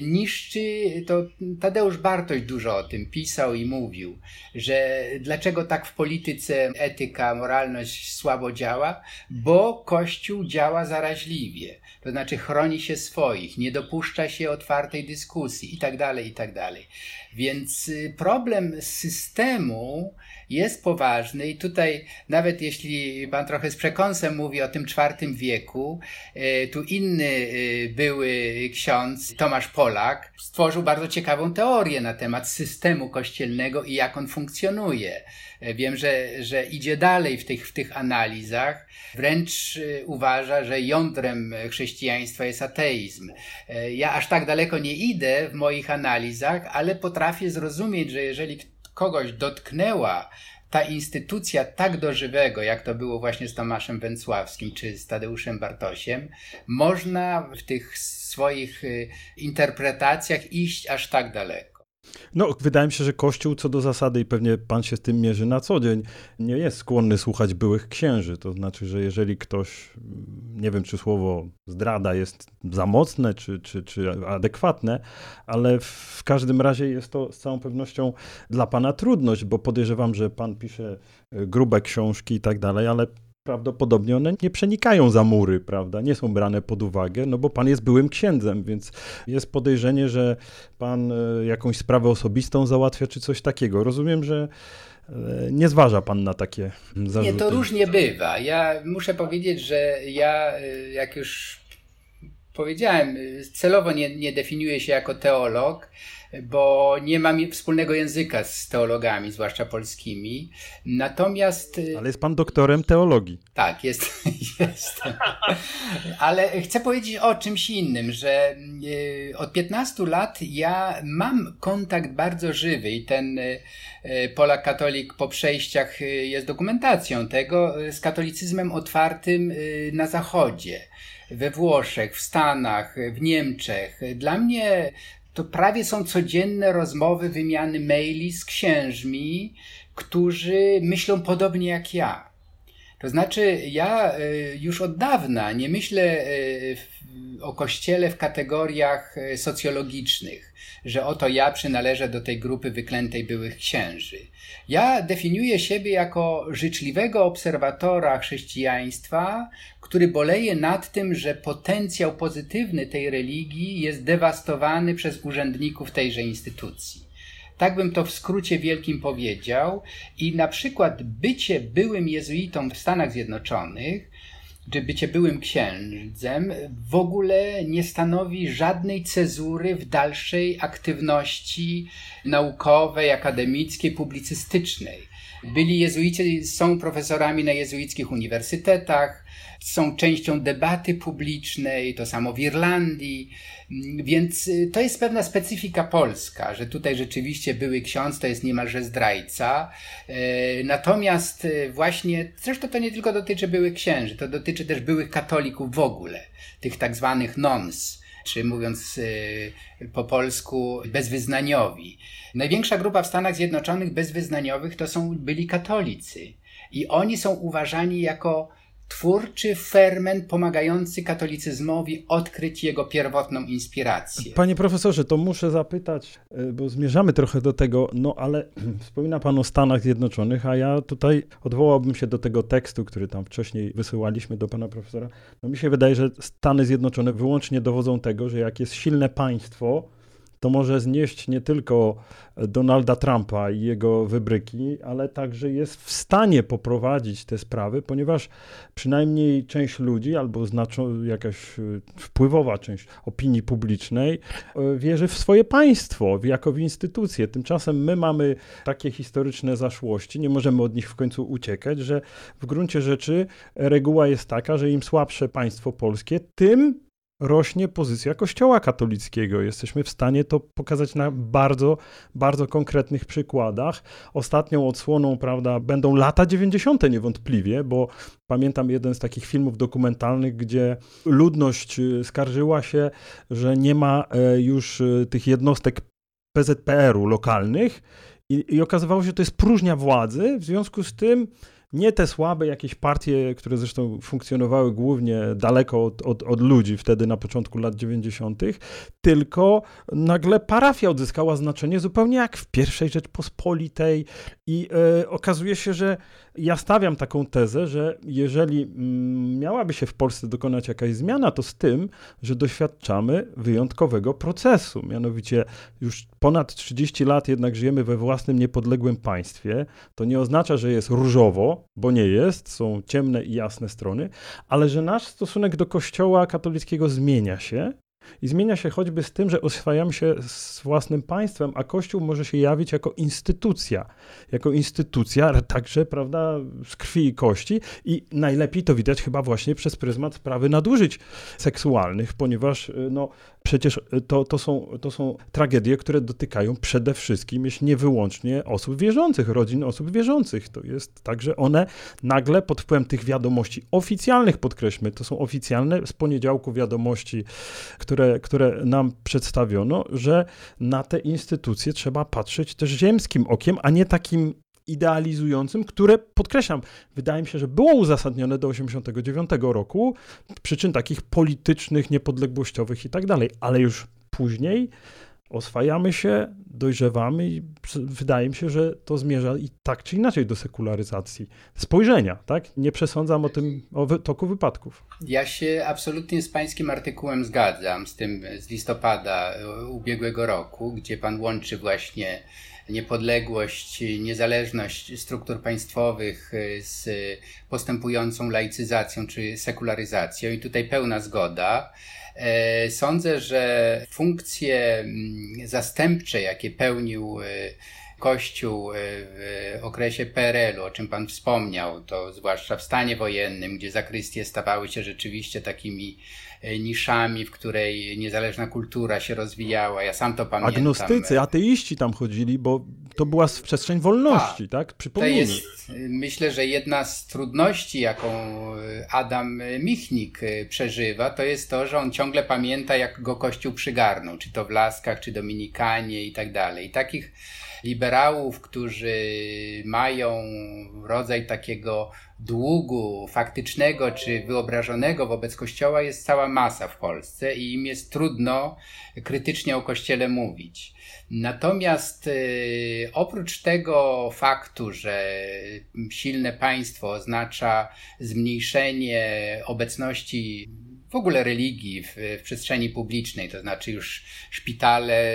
niszczy, to Tadeusz Bartoś dużo o tym pisał i mówił, że dlaczego tak w polityce etyka, moralność słabo działa, bo Kościół działa zaraźliwie, to znaczy chroni się swoich, nie dopuszcza się otwartej dyskusji i tak dalej. Więc problem systemu jest poważny i tutaj nawet jeśli pan trochę z przekąsem mówi o tym IV wieku, tu inny były ksiądz Tomasz Polak stworzył bardzo ciekawą teorię na temat systemu kościelnego i jak on funkcjonuje. Wiem, że idzie dalej w tych analizach, wręcz uważa, że jądrem chrześcijaństwa jest ateizm. Ja aż tak daleko nie idę w moich analizach, ale potrafię zrozumieć, że jeżeli kogoś dotknęła ta instytucja tak do żywego, jak to było właśnie z Tomaszem Węcławskim czy z Tadeuszem Bartosiem, można w tych swoich interpretacjach iść aż tak daleko. No, wydaje mi się, że Kościół co do zasady, i pewnie pan się z tym mierzy na co dzień, nie jest skłonny słuchać byłych księży. To znaczy, że jeżeli ktoś, nie wiem, czy słowo zdrada jest za mocne, czy adekwatne, ale w każdym razie jest to z całą pewnością dla pana trudność, bo podejrzewam, że pan pisze grube książki i tak dalej, ale prawdopodobnie one nie przenikają za mury, prawda? Nie są brane pod uwagę, no bo pan jest byłym księdzem, więc jest podejrzenie, że pan jakąś sprawę osobistą załatwia, czy coś takiego. Rozumiem, że nie zważa pan na takie zarzuty. Nie, to różnie bywa. Ja muszę powiedzieć, że ja, jak już powiedziałem, celowo nie definiuję się jako teolog, bo nie mam wspólnego języka z teologami, zwłaszcza polskimi. Natomiast... Ale jest pan doktorem teologii. Tak, jestem. Ale chcę powiedzieć o czymś innym, że od 15 lat ja mam kontakt bardzo żywy i ten Polak katolik po przejściach jest dokumentacją tego z katolicyzmem otwartym na Zachodzie, we Włoszech, w Stanach, w Niemczech. Dla mnie to prawie są codzienne rozmowy, wymiany maili z księżmi, którzy myślą podobnie jak ja. To znaczy, ja już od dawna nie myślę o Kościele w kategoriach socjologicznych, że oto ja przynależę do tej grupy wyklętej byłych księży. Ja definiuję siebie jako życzliwego obserwatora chrześcijaństwa, który boleje nad tym, że potencjał pozytywny tej religii jest dewastowany przez urzędników tejże instytucji. Tak bym to w skrócie wielkim powiedział. I na przykład bycie byłym jezuitą w Stanach Zjednoczonych, czy bycie byłym księdzem w ogóle nie stanowi żadnej cezury w dalszej aktywności naukowej, akademickiej, publicystycznej. Byli jezuici, są profesorami na jezuickich uniwersytetach, są częścią debaty publicznej, to samo w Irlandii, więc to jest pewna specyfika polska, że tutaj rzeczywiście były ksiądz to jest niemalże zdrajca, natomiast właśnie, zresztą to nie tylko dotyczy byłych księży, to dotyczy też byłych katolików w ogóle, tych tak zwanych nons, czy mówiąc po polsku bezwyznaniowi. Największa grupa w Stanach Zjednoczonych bezwyznaniowych to byli katolicy i oni są uważani jako twórczy ferment pomagający katolicyzmowi odkryć jego pierwotną inspirację. Panie profesorze, to muszę zapytać, bo zmierzamy trochę do tego, no ale wspomina pan o Stanach Zjednoczonych, a ja tutaj odwołałbym się do tego tekstu, który tam wcześniej wysyłaliśmy do pana profesora. No mi się wydaje, że Stany Zjednoczone wyłącznie dowodzą tego, że jak jest silne państwo, to może znieść nie tylko Donalda Trumpa i jego wybryki, ale także jest w stanie poprowadzić te sprawy, ponieważ przynajmniej część ludzi, albo jakaś wpływowa część opinii publicznej wierzy w swoje państwo, jako w instytucje. Tymczasem my mamy takie historyczne zaszłości, nie możemy od nich w końcu uciekać, że w gruncie rzeczy reguła jest taka, że im słabsze państwo polskie, tym rośnie pozycja Kościoła katolickiego. Jesteśmy w stanie to pokazać na bardzo, bardzo konkretnych przykładach. Ostatnią odsłoną, prawda, będą lata 90. niewątpliwie, bo pamiętam jeden z takich filmów dokumentalnych, gdzie ludność skarżyła się, że nie ma już tych jednostek PZPR-u lokalnych i okazywało się, że to jest próżnia władzy, w związku z tym Nie te słabe jakieś partie, które zresztą funkcjonowały głównie daleko od ludzi wtedy na początku lat 90., tylko nagle parafia odzyskała znaczenie zupełnie jak w pierwszej Rzeczpospolitej i okazuje się, że ja stawiam taką tezę, że jeżeli miałaby się w Polsce dokonać jakaś zmiana, to z tym, że doświadczamy wyjątkowego procesu. Mianowicie już ponad 30 lat jednak żyjemy we własnym niepodległym państwie. To nie oznacza, że jest różowo, bo nie jest, są ciemne i jasne strony, ale że nasz stosunek do Kościoła katolickiego zmienia się. I zmienia się choćby z tym, że oswajamy się z własnym państwem, a Kościół może się jawić jako instytucja także, prawda, z krwi i kości i najlepiej to widać chyba właśnie przez pryzmat sprawy nadużyć seksualnych, ponieważ no, przecież to są tragedie, które dotykają przede wszystkim, jeśli nie wyłącznie osób wierzących, rodzin osób wierzących. To jest tak, że one nagle pod wpływem tych wiadomości oficjalnych, podkreślmy, to są oficjalne z poniedziałku wiadomości, które nam przedstawiono, że na te instytucje trzeba patrzeć też ziemskim okiem, a nie takim idealizującym, które, podkreślam, wydaje mi się, że było uzasadnione do 1989 roku, przyczyn takich politycznych, niepodległościowych i tak dalej, ale już później oswajamy się, dojrzewamy i wydaje mi się, że to zmierza i tak czy inaczej do sekularyzacji spojrzenia, tak? Nie przesądzam o toku wypadków. Ja się absolutnie z pańskim artykułem zgadzam, z tym z listopada ubiegłego roku, gdzie pan łączy właśnie niepodległość, niezależność struktur państwowych z postępującą laicyzacją czy sekularyzacją i tutaj pełna zgoda. Sądzę, że funkcje zastępcze, jakie pełnił Kościół w okresie PRL-u, o czym pan wspomniał, to zwłaszcza w stanie wojennym, gdzie zakrystie stawały się rzeczywiście takimi niszami, w której niezależna kultura się rozwijała. Ja sam to pamiętam. Agnostycy, ateiści tam chodzili, bo to była przestrzeń wolności, tak? Przypomnijmy. To jest, myślę, że jedna z trudności, jaką Adam Michnik przeżywa, to jest to, że on ciągle pamięta, jak go Kościół przygarnął, czy to w Laskach, czy Dominikanie i tak dalej. I takich liberałów, którzy mają rodzaj takiego długu faktycznego czy wyobrażonego wobec Kościoła jest cała masa w Polsce i im jest trudno krytycznie o Kościele mówić. Natomiast oprócz tego faktu, że silne państwo oznacza zmniejszenie obecności w ogóle religii w przestrzeni publicznej, to znaczy już szpitale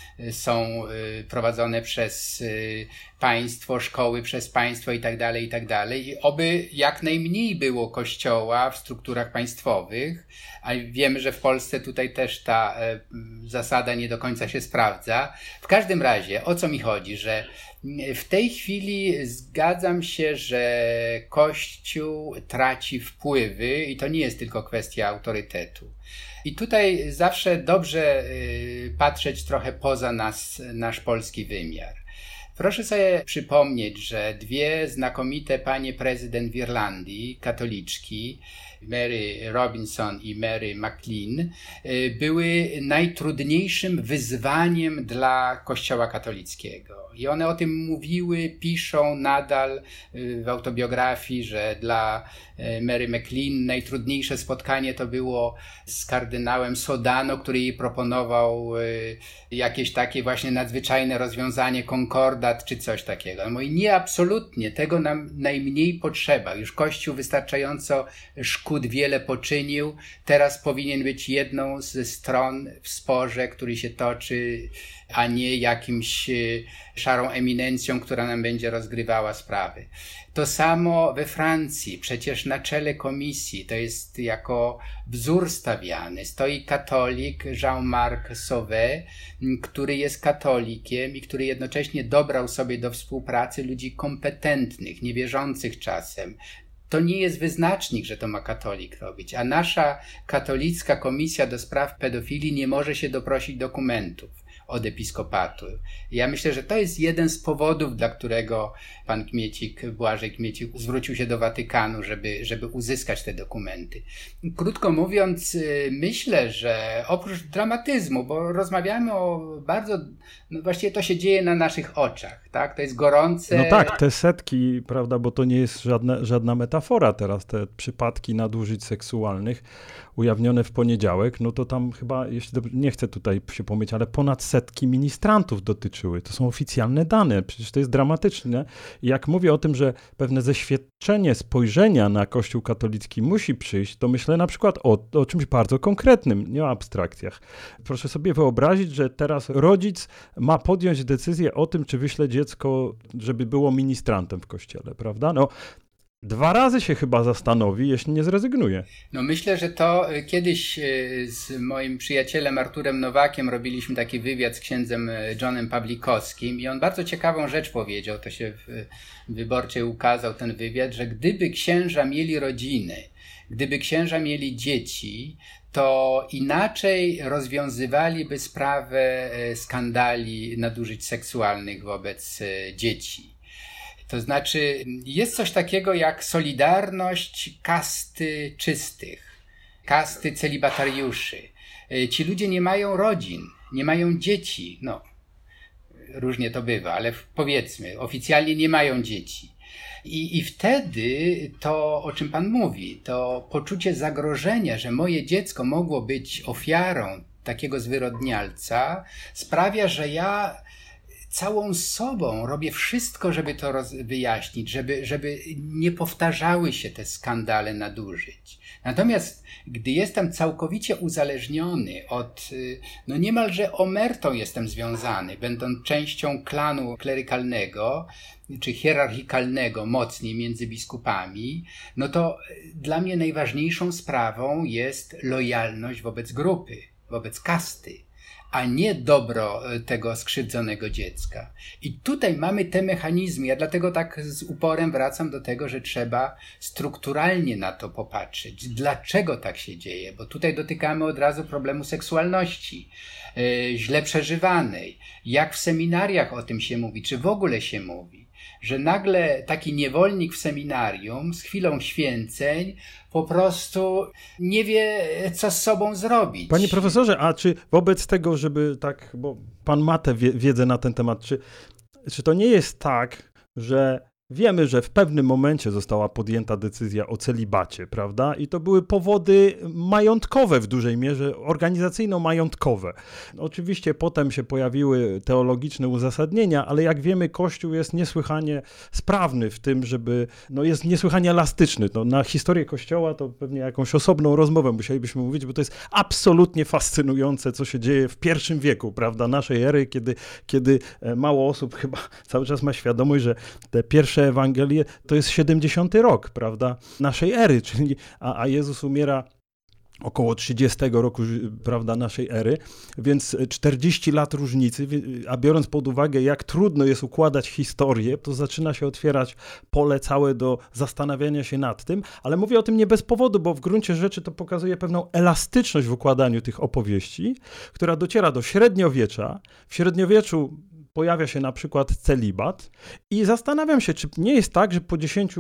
są prowadzone przez państwo, szkoły przez państwo i tak dalej. I oby jak najmniej było kościoła w strukturach państwowych, a wiemy, że w Polsce tutaj też ta zasada nie do końca się sprawdza. W każdym razie, o co mi chodzi, że w tej chwili zgadzam się, że Kościół traci wpływy i to nie jest tylko kwestia autorytetu. I tutaj zawsze dobrze patrzeć trochę poza nasz polski wymiar. Proszę sobie przypomnieć, że dwie znakomite panie prezydent w Irlandii, katoliczki, Mary Robinson i Mary MacLean, były najtrudniejszym wyzwaniem dla Kościoła katolickiego. I one o tym mówiły, piszą nadal w autobiografii, że dla Mary MacLean najtrudniejsze spotkanie to było z kardynałem Sodano, który jej proponował jakieś takie właśnie nadzwyczajne rozwiązanie, konkordat czy coś takiego. No i nie, absolutnie, tego nam najmniej potrzeba. Już Kościół wystarczająco szkód wiele poczynił, teraz powinien być jedną ze stron w sporze, który się toczy, a nie jakimś szarą eminencją, która nam będzie rozgrywała sprawy. To samo we Francji, przecież na czele komisji, to jest jako wzór stawiany, stoi katolik Jean-Marc Sauvé, który jest katolikiem i który jednocześnie dobrał sobie do współpracy ludzi kompetentnych, niewierzących czasem. To nie jest wyznacznik, że to ma katolik robić, a nasza katolicka komisja do spraw pedofilii nie może się doprosić dokumentów. od episkopatu. Ja myślę, że to jest jeden z powodów, dla którego pan Błażej Kmiecik zwrócił się do Watykanu, żeby uzyskać te dokumenty. Krótko mówiąc, myślę, że oprócz dramatyzmu, bo rozmawiamy o bardzo, no właściwie to się dzieje na naszych oczach, tak? To jest gorące. No tak, te setki, prawda, bo to nie jest żadna metafora teraz, te przypadki nadużyć seksualnych ujawnione w poniedziałek, no to tam chyba, nie chcę tutaj się pomylić, ale ponad setki ministrantów dotyczyły. To są oficjalne dane, przecież to jest dramatyczne. I jak mówię o tym, że pewne zeświadczenie spojrzenia na Kościół katolicki musi przyjść, to myślę na przykład o czymś bardzo konkretnym, nie o abstrakcjach. Proszę sobie wyobrazić, że teraz rodzic ma podjąć decyzję o tym, czy wyśle dziecko, żeby było ministrantem w kościele, prawda? No, 2 razy się chyba zastanowi, jeśli nie zrezygnuje. No myślę, że to kiedyś z moim przyjacielem Arturem Nowakiem robiliśmy taki wywiad z księdzem Johnem Pawlikowskim i on bardzo ciekawą rzecz powiedział, to się w Wyborczej ukazał ten wywiad, że gdyby księża mieli rodziny, gdyby księża mieli dzieci, to inaczej rozwiązywaliby sprawę skandali nadużyć seksualnych wobec dzieci. To znaczy, jest coś takiego jak solidarność kasty czystych, kasty celibatariuszy. Ci ludzie nie mają rodzin, nie mają dzieci. No, różnie to bywa, ale powiedzmy, oficjalnie nie mają dzieci. I wtedy to, o czym pan mówi, to poczucie zagrożenia, że moje dziecko mogło być ofiarą takiego zwyrodnialca, sprawia, że ja całą sobą robię wszystko, żeby to wyjaśnić, żeby nie powtarzały się te skandale nadużyć. Natomiast gdy jestem całkowicie uzależniony od, no niemalże omertą jestem związany, będąc częścią klanu klerykalnego, czy hierarchikalnego mocniej między biskupami, no to dla mnie najważniejszą sprawą jest lojalność wobec grupy, wobec kasty, a nie dobro tego skrzywdzonego dziecka. I tutaj mamy te mechanizmy. Ja dlatego tak z uporem wracam do tego, że trzeba strukturalnie na to popatrzeć. Dlaczego tak się dzieje? Bo tutaj dotykamy od razu problemu seksualności, źle przeżywanej. Jak w seminariach o tym się mówi, czy w ogóle się mówi? Że nagle taki niewolnik w seminarium z chwilą święceń po prostu nie wie, co z sobą zrobić. Panie profesorze, a czy wobec tego, żeby tak, bo pan ma tę wiedzę na ten temat, czy to nie jest tak, że wiemy, że w pewnym momencie została podjęta decyzja o celibacie, prawda? I to były powody majątkowe w dużej mierze, organizacyjno-majątkowe. Oczywiście potem się pojawiły teologiczne uzasadnienia, ale jak wiemy, Kościół jest niesłychanie sprawny w tym, jest niesłychanie elastyczny. No, na historię Kościoła to pewnie jakąś osobną rozmowę musielibyśmy mówić, bo to jest absolutnie fascynujące, co się dzieje w I wieku, prawda? Naszej ery, kiedy mało osób chyba cały czas ma świadomość, że te pierwsze Ewangelie to jest 70. rok, prawda, naszej ery, czyli a Jezus umiera około 30 roku, prawda, naszej ery, więc 40 lat różnicy, a biorąc pod uwagę, jak trudno jest układać historię, to zaczyna się otwierać pole całe do zastanawiania się nad tym, ale mówię o tym nie bez powodu, bo w gruncie rzeczy to pokazuje pewną elastyczność w układaniu tych opowieści, która dociera do średniowiecza. W średniowieczu pojawia się na przykład celibat i zastanawiam się, czy nie jest tak, że po 10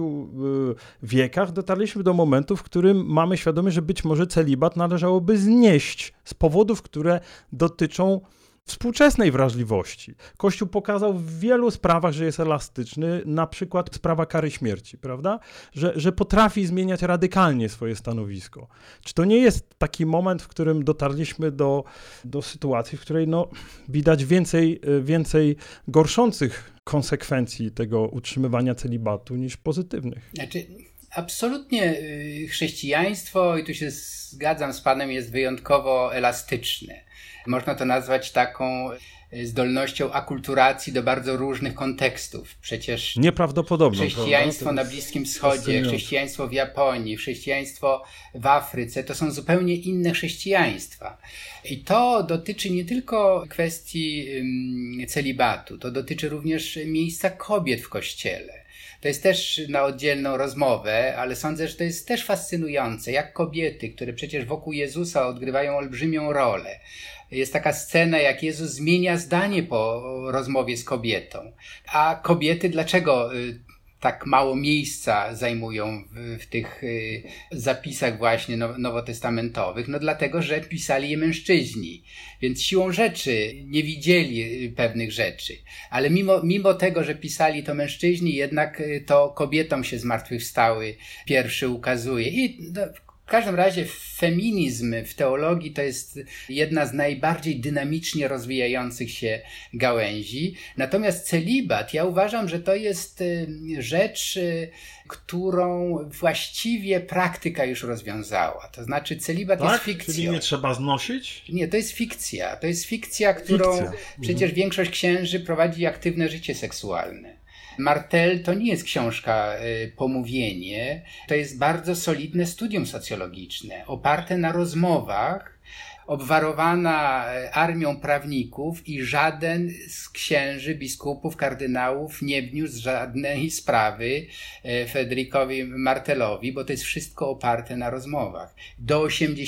wiekach dotarliśmy do momentu, w którym mamy świadomość, że być może celibat należałoby znieść z powodów, które dotyczą współczesnej wrażliwości. Kościół pokazał w wielu sprawach, że jest elastyczny, na przykład sprawa kary śmierci, prawda? Że potrafi zmieniać radykalnie swoje stanowisko. Czy to nie jest taki moment, w którym dotarliśmy do sytuacji, w której widać więcej gorszących konsekwencji tego utrzymywania celibatu niż pozytywnych? Znaczy, absolutnie chrześcijaństwo, i tu się zgadzam z panem, jest wyjątkowo elastyczne. Można to nazwać taką zdolnością akulturacji do bardzo różnych kontekstów. Przecież nieprawdopodobną, chrześcijaństwo na Bliskim Wschodzie, chrześcijaństwo w Japonii, chrześcijaństwo w Afryce to są zupełnie inne chrześcijaństwa. I to dotyczy nie tylko kwestii celibatu, to dotyczy również miejsca kobiet w Kościele. To jest też na oddzielną rozmowę, ale sądzę, że to jest też fascynujące, jak kobiety, które przecież wokół Jezusa odgrywają olbrzymią rolę. Jest taka scena, jak Jezus zmienia zdanie po rozmowie z kobietą. A kobiety dlaczego tak mało miejsca zajmują w tych zapisach właśnie nowotestamentowych? No dlatego, że pisali je mężczyźni, więc siłą rzeczy nie widzieli pewnych rzeczy. Ale mimo tego, że pisali to mężczyźni, jednak to kobietom się zmartwychwstały pierwszy ukazuje. I w każdym razie feminizm w teologii to jest jedna z najbardziej dynamicznie rozwijających się gałęzi. Natomiast celibat, ja uważam, że to jest rzecz, którą właściwie praktyka już rozwiązała. To znaczy celibat jest fikcją. Czyli nie trzeba znosić? Nie, to jest fikcja. To jest fikcja, którą przecież większość księży prowadzi aktywne życie seksualne. Martel to nie jest książka pomówienie, to jest bardzo solidne studium socjologiczne, oparte na rozmowach, obwarowana armią prawników i żaden z księży, biskupów, kardynałów nie wniósł żadnej sprawy Fryderykowi Martelowi, bo to jest wszystko oparte na rozmowach. Do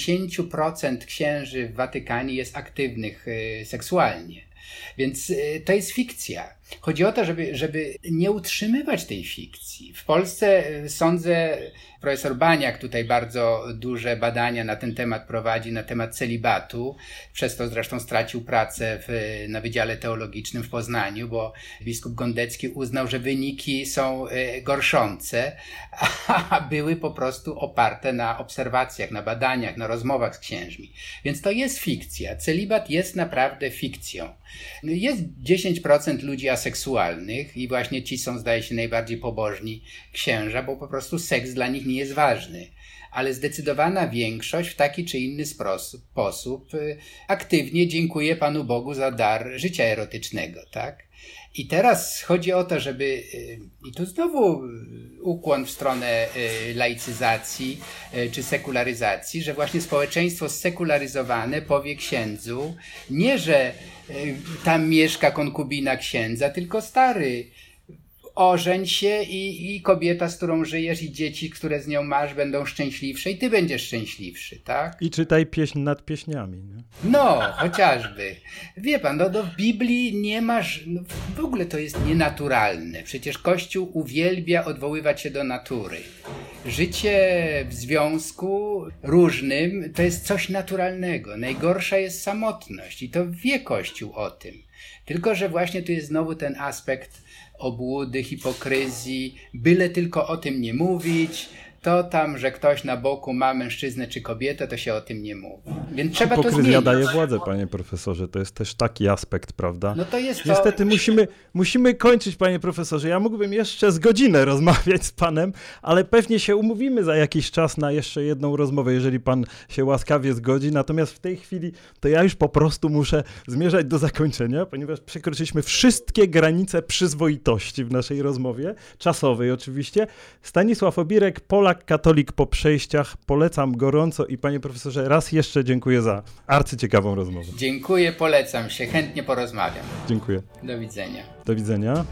80% księży w Watykanie jest aktywnych seksualnie. Więc to jest fikcja. Chodzi o to, żeby nie utrzymywać tej fikcji. W Polsce sądzę, profesor Baniak tutaj bardzo duże badania na ten temat prowadzi, na temat celibatu. Przez to zresztą stracił pracę na Wydziale Teologicznym w Poznaniu, bo biskup Gondecki uznał, że wyniki są gorszące, a były po prostu oparte na obserwacjach, na badaniach, na rozmowach z księżmi. Więc to jest fikcja. Celibat jest naprawdę fikcją. Jest 10% ludzi aseksualnych i właśnie ci są, zdaje się, najbardziej pobożni księża, bo po prostu seks dla nich nie jest ważny. Ale zdecydowana większość w taki czy inny sposób aktywnie dziękuję Panu Bogu za dar życia erotycznego, tak? I teraz chodzi o to, żeby, i tu znowu ukłon w stronę laicyzacji czy sekularyzacji, że właśnie społeczeństwo zsekularyzowane powie księdzu, nie że tam mieszka konkubina księdza, tylko stary, ożeń się i kobieta, z którą żyjesz i dzieci, które z nią masz, będą szczęśliwsze i ty będziesz szczęśliwszy, tak? I czytaj pieśń nad pieśniami. Nie? No, chociażby. Wie pan, w Biblii nie masz, w ogóle to jest nienaturalne. Przecież Kościół uwielbia odwoływać się do natury. Życie w związku różnym to jest coś naturalnego. Najgorsza jest samotność i to wie Kościół o tym. Tylko że właśnie tu jest znowu ten aspekt obłudy, hipokryzji, byle tylko o tym nie mówić, to tam, że ktoś na boku ma mężczyznę czy kobietę, to się o tym nie mówi. Więc trzeba to zmienić. Hipokryzja daje władzę, panie profesorze, to jest też taki aspekt, prawda? No to jest Niestety musimy kończyć, panie profesorze. Ja mógłbym jeszcze z godzinę rozmawiać z panem, ale pewnie się umówimy za jakiś czas na jeszcze jedną rozmowę, jeżeli pan się łaskawie zgodzi. Natomiast w tej chwili to ja już po prostu muszę zmierzać do zakończenia, ponieważ przekroczyliśmy wszystkie granice przyzwoitości w naszej rozmowie, czasowej oczywiście. Stanisław Obirek, Polak, katolik po przejściach. Polecam gorąco i panie profesorze, raz jeszcze dziękuję za arcyciekawą rozmowę. Dziękuję, polecam się, chętnie porozmawiam. Dziękuję. Do widzenia. Do widzenia.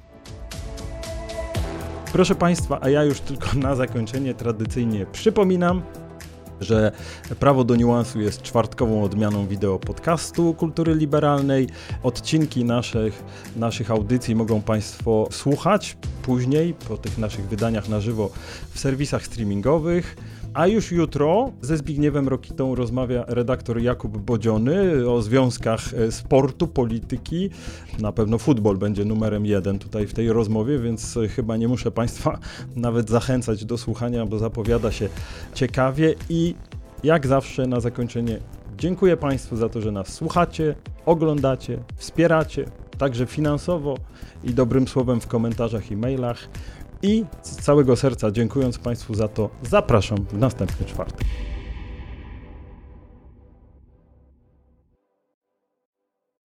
Proszę państwa, a ja już tylko na zakończenie tradycyjnie przypominam, że Prawo do Niuansu jest czwartkową odmianą wideo podcastu Kultury Liberalnej. Odcinki naszych audycji mogą państwo słuchać później, po tych naszych wydaniach na żywo w serwisach streamingowych. A już jutro ze Zbigniewem Rokitą rozmawia redaktor Jakub Bodziony o związkach sportu, polityki. Na pewno futbol będzie numerem 1 tutaj w tej rozmowie, więc chyba nie muszę państwa nawet zachęcać do słuchania, bo zapowiada się ciekawie. I jak zawsze na zakończenie dziękuję państwu za to, że nas słuchacie, oglądacie, wspieracie, także finansowo i dobrym słowem w komentarzach i mailach. I z całego serca dziękując państwu za to, zapraszam w następny czwartek.